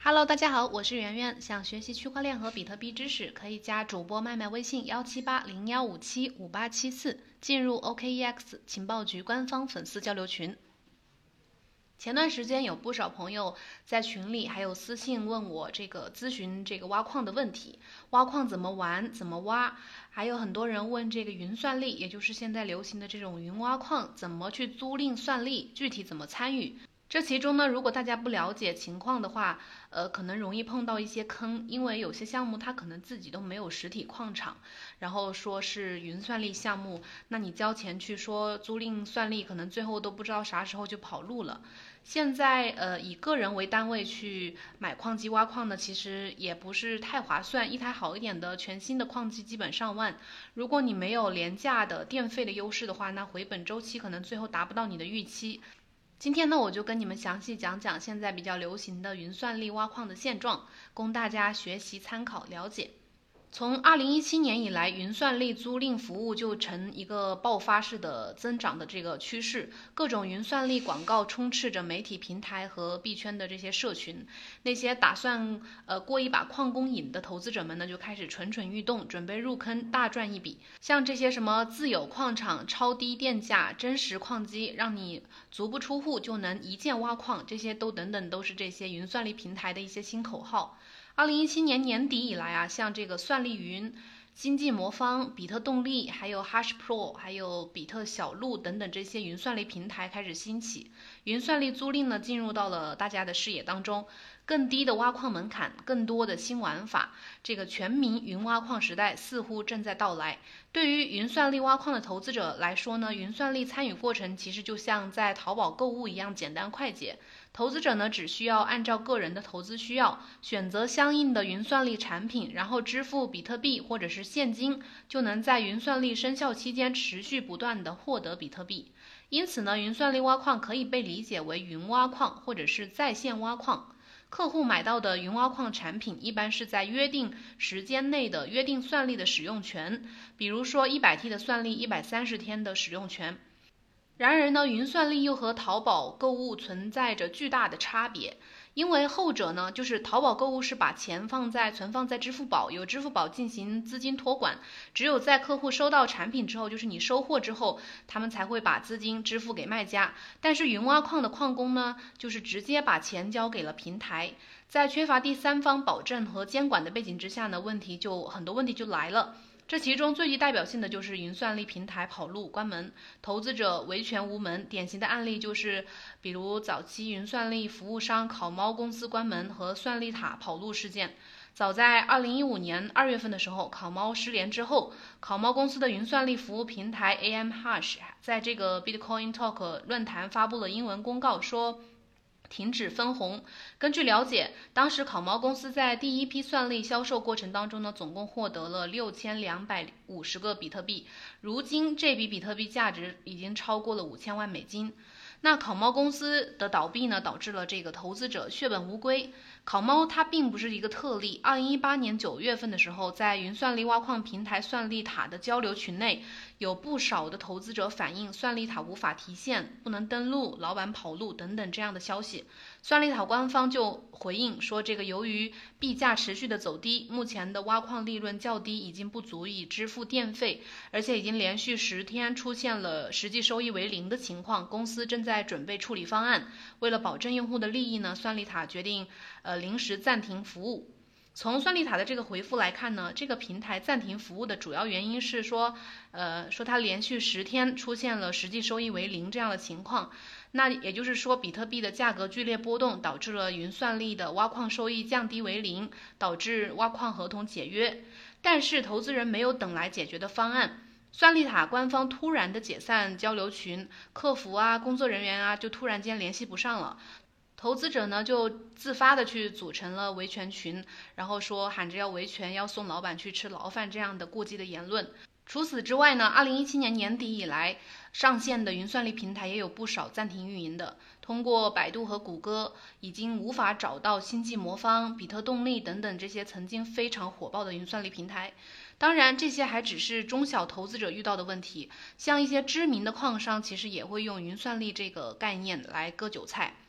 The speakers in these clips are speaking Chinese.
Hello，大家好，我是圆圆。想学习区块链和比特币知识，可以加主播麦麦微信17801575874，进入 OKEX 情报局官方粉丝交流群。前段时间有不少朋友在群里还有私信问我咨询挖矿的问题，挖矿怎么玩，怎么挖，还有很多人问这个云算力，也就是现在流行的这种云挖矿，怎么去租赁算力，具体怎么参与。这其中呢，如果大家不了解情况的话，可能容易碰到一些坑，因为有些项目它可能自己都没有实体矿场，然后说是云算力项目，那你交钱去说租赁算力，可能最后都不知道啥时候就跑路了。现在以个人为单位去买矿机挖矿呢，其实也不是太划算，一台好一点的全新的矿机基本上万，如果你没有廉价的电费的优势的话，那回本周期可能最后达不到你的预期。今天呢，我就跟你们详细讲讲现在比较流行的云算力挖矿的现状，供大家学习参考了解。从2017年以来，云算力租赁服务就呈一个爆发式的增长的这个趋势，各种云算力广告充斥着媒体平台和币圈的这些社群。那些打算过一把矿工瘾的投资者们呢，就开始蠢蠢欲动，准备入坑大赚一笔。像这些什么自有矿场、超低电价、真实矿机，让你足不出户就能一键挖矿，这些都是这些云算力平台的一些新口号。2017年年底以来啊，像这个算力云、经济魔方、比特动力，还有 HashPro， 还有比特小路等等这些云算力平台开始兴起，云算力租赁呢进入到了大家的视野当中。更低的挖矿门槛，更多的新玩法，这个全民云挖矿时代似乎正在到来。对于云算力挖矿的投资者来说呢，云算力参与过程其实就像在淘宝购物一样简单快捷。投资者呢，只需要按照个人的投资需要，选择相应的云算力产品，然后支付比特币或者是现金，就能在云算力生效期间持续不断的获得比特币。因此呢，云算力挖矿可以被理解为云挖矿或者是在线挖矿。客户买到的云挖矿产品一般是在约定时间内的约定算力的使用权，比如说100T 的算力130天的使用权。然而呢，云算力又和淘宝购物存在着巨大的差别，因为后者呢，就是淘宝购物是把钱存放在支付宝，由支付宝进行资金托管，只有在客户收到产品之后，就是你收货之后，他们才会把资金支付给卖家。但是云挖矿的矿工呢，就是直接把钱交给了平台，在缺乏第三方保证和监管的背景之下呢，很多问题就来了。这其中最具代表性的就是云算力平台跑路关门，投资者维权无门。典型的案例就是，比如早期云算力服务商考猫公司关门和算力塔跑路事件。早在2015年2月份的时候，考猫失联之后，考猫公司的云算力服务平台 AMHash 在这个 Bitcoin Talk 论坛发布了英文公告说，停止分红。根据了解，当时考猫公司在第一批算力销售过程当中呢，总共获得了6250个比特币，如今这笔比特币价值已经超过了5000万美金。那考猫公司的倒闭呢，导致了这个投资者血本无归。考猫它并不是一个特例，2018年9月份的时候，在云算力挖矿平台算力塔的交流群内，有不少的投资者反映算力塔无法提现、不能登录、老板跑路等等这样的消息。算力塔官方就回应说，这个由于币价持续的走低，目前的挖矿利润较低，已经不足以支付电费，而且已经连续10天出现了实际收益为零的情况，公司正在准备处理方案。为了保证用户的利益呢，算力塔决定临时暂停服务。从算力塔的这个回复来看呢，这个平台暂停服务的主要原因是说它连续10天出现了实际收益为零这样的情况。那也就是说，比特币的价格剧烈波动，导致了云算力的挖矿收益降低为零，导致挖矿合同解约。但是投资人没有等来解决的方案，算力塔官方突然的解散交流群，客服啊、工作人员啊就突然间联系不上了。投资者呢就自发的去组成了维权群，然后说喊着要维权，要送老板去吃牢饭这样的过激的言论。除此之外呢，2017年年底以来上线的云算力平台也有不少暂停运营的。通过百度和谷歌，已经无法找到星际魔方、比特动力等等这些曾经非常火爆的云算力平台。当然，这些还只是中小投资者遇到的问题，像一些知名的矿商，其实也会用云算力这个概念来割韭菜。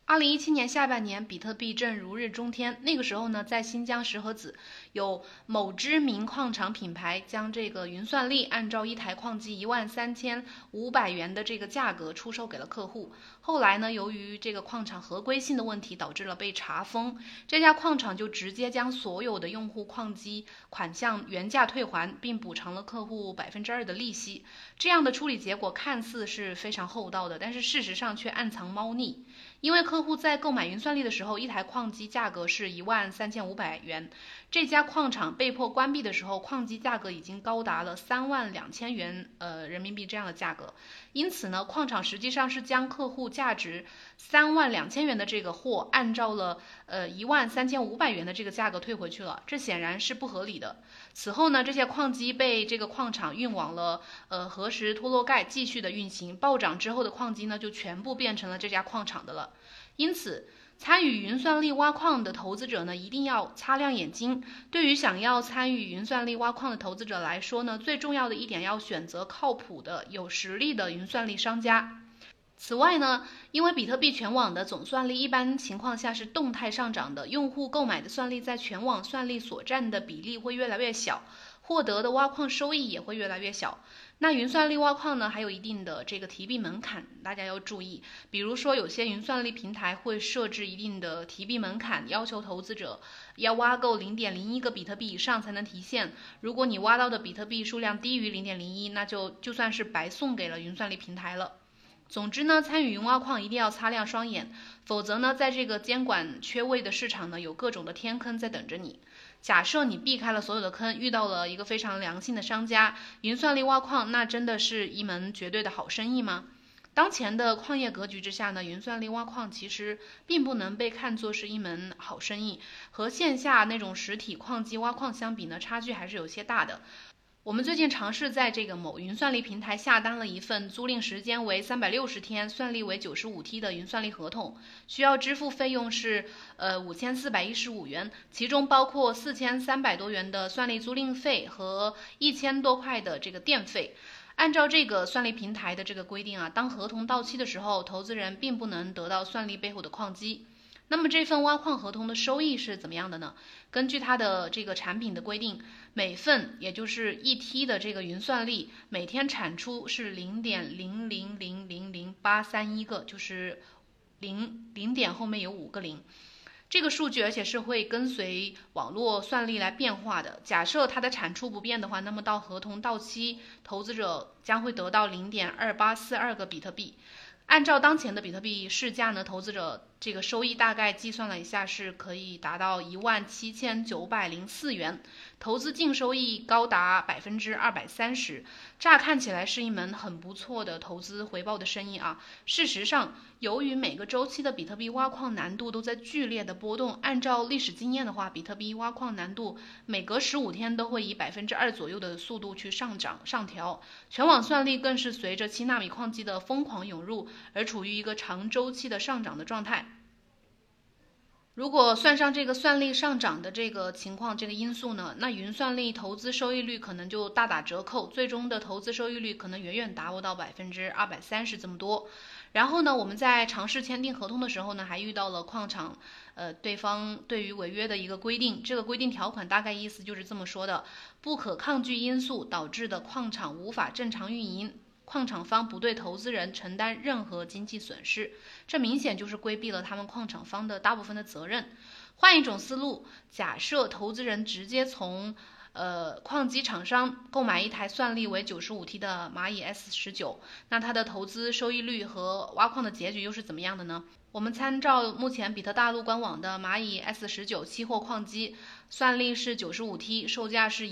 2017年下半年，比特币正如日中天。那个时候呢，在新疆石河子有某知名矿场品牌将这个云算力按照一台矿机13500元的这个价格出售给了客户。后来呢，由于这个矿场合规性的问题，导致了被查封，这家矿场就直接将所有的用户矿机款项原价退还，并补偿了客户2%的利息。这样的处理结果看似是非常厚道的，但是事实上却暗藏猫腻。因为客户在购买云算力的时候，一台矿机价格是13500元，这家矿场被迫关闭的时候，矿机价格已经高达了32000元人民币这样的价格。因此呢，矿场实际上是将客户价值32000元的这个货，按照了13500元的这个价格退回去了，这显然是不合理的。此后呢，这些矿机被这个矿场运往了核实脱落盖继续的运行，暴涨之后的矿机呢就全部变成了这家矿场的了。因此，参与云算力挖矿的投资者呢，一定要擦亮眼睛。对于想要参与云算力挖矿的投资者来说呢，最重要的一点要选择靠谱的、有实力的云算力商家。此外呢，因为比特币全网的总算力一般情况下是动态上涨的，用户购买的算力在全网算力所占的比例会越来越小，获得的挖矿收益也会越来越小。那云算力挖矿呢，还有一定的这个提币门槛，大家要注意。比如说，有些云算力平台会设置一定的提币门槛，要求投资者要挖够0.01个比特币以上才能提现。如果你挖到的比特币数量低于0.01，那就算是白送给了云算力平台了。总之呢，参与云挖矿一定要擦亮双眼，否则呢，在这个监管缺位的市场呢，有各种的天坑在等着你。假设你避开了所有的坑，遇到了一个非常良心的商家，云算力挖矿，那真的是一门绝对的好生意吗？当前的矿业格局之下呢，云算力挖矿其实并不能被看作是一门好生意，和线下那种实体矿机挖矿相比呢，差距还是有些大的。我们最近尝试在这个某云算力平台下单了一份租赁时间为360天、算力为95T 的云算力合同，需要支付费用是5415元，其中包括4300多元的算力租赁费和1000多块的这个电费。按照这个算力平台的这个规定啊，当合同到期的时候，投资人并不能得到算力背后的矿机。那么这份挖矿合同的收益是怎么样的呢？根据它的这个产品的规定，每份也就是1T 的这个云算力，每天产出是0.0000831个，就是零点后面有5个零。这个数据而且是会跟随网络算力来变化的。假设它的产出不变的话，那么到合同到期，投资者将会得到0.2842个比特币。按照当前的比特币市价呢，投资者这个收益大概计算了一下，是可以达到17904元，投资净收益高达230%。乍看起来是一门很不错的投资回报的生意啊。事实上，由于每个周期的比特币挖矿难度都在剧烈的波动，按照历史经验的话，比特币挖矿难度每隔15天都会以2%左右的速度去上调。全网算力更是随着7纳米矿机的疯狂涌入而处于一个长周期的上涨的状态。如果算上这个算力上涨的这个情况，这个因素呢，那云算力投资收益率可能就大打折扣，最终的投资收益率可能远远达不到230%这么多。然后呢，我们在尝试签订合同的时候呢，还遇到了矿场，对方对于违约的一个规定。这个规定条款大概意思就是这么说的：不可抗拒因素导致的矿场无法正常运营，矿场方不对投资人承担任何经济损失。这明显就是规避了他们矿场方的大部分的责任。换一种思路，假设投资人直接从矿机厂商购买一台算力为95T 的蚂蚁 S19，那它的投资收益率和挖矿的结局又是怎么样的呢？我们参照目前比特大陆官网的蚂蚁 S19期货矿机，算力是95T，售价是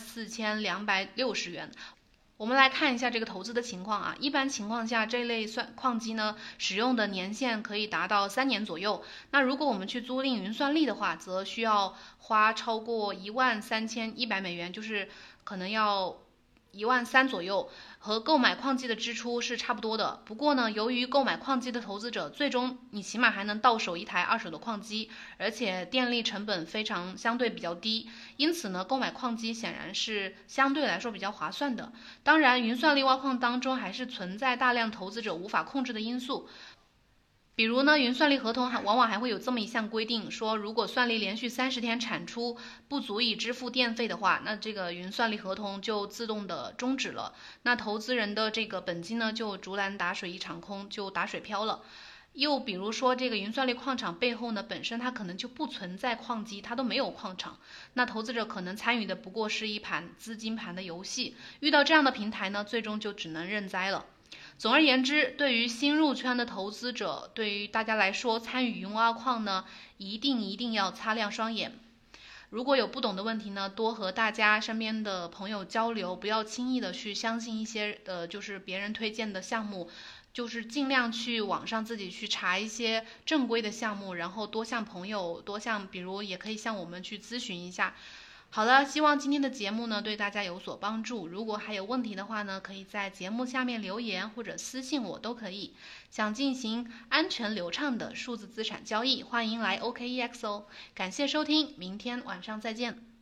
14260元。我们来看一下这个投资的情况啊。一般情况下，这类矿机呢，使用的年限可以达到3年左右。那如果我们去租赁云算力的话，则需要花超过13100美元，就是可能要13000左右，和购买矿机的支出是差不多的。不过呢，由于购买矿机的投资者最终你起码还能到手一台二手的矿机，而且电力成本相对比较低，因此呢，购买矿机显然是相对来说比较划算的。当然，云算力挖矿当中还是存在大量投资者无法控制的因素。 比如呢，云算力合同往往还会有这么一项规定，说如果算力连续30天产出不足以支付电费的话，那这个云算力合同就自动的终止了，那投资人的这个本金呢就竹篮打水一场空，就打水漂了。又比如说，这个云算力矿场背后呢，本身它可能就不存在矿机，它都没有矿场，那投资者可能参与的不过是一盘资金盘的游戏，遇到这样的平台呢，最终就只能认栽了。总而言之，对于新入圈的投资者，对于大家来说，参与云挖矿呢，一定要擦亮双眼。如果有不懂的问题呢，多和大家身边的朋友交流，不要轻易的去相信一些就是别人推荐的项目，就是尽量去网上自己去查一些正规的项目，然后多向朋友，比如也可以向我们去咨询一下。好了，希望今天的节目呢对大家有所帮助。如果还有问题的话呢，可以在节目下面留言或者私信我都可以。想进行安全流畅的数字资产交易，欢迎来 OKEX 哦。感谢收听，明天晚上再见。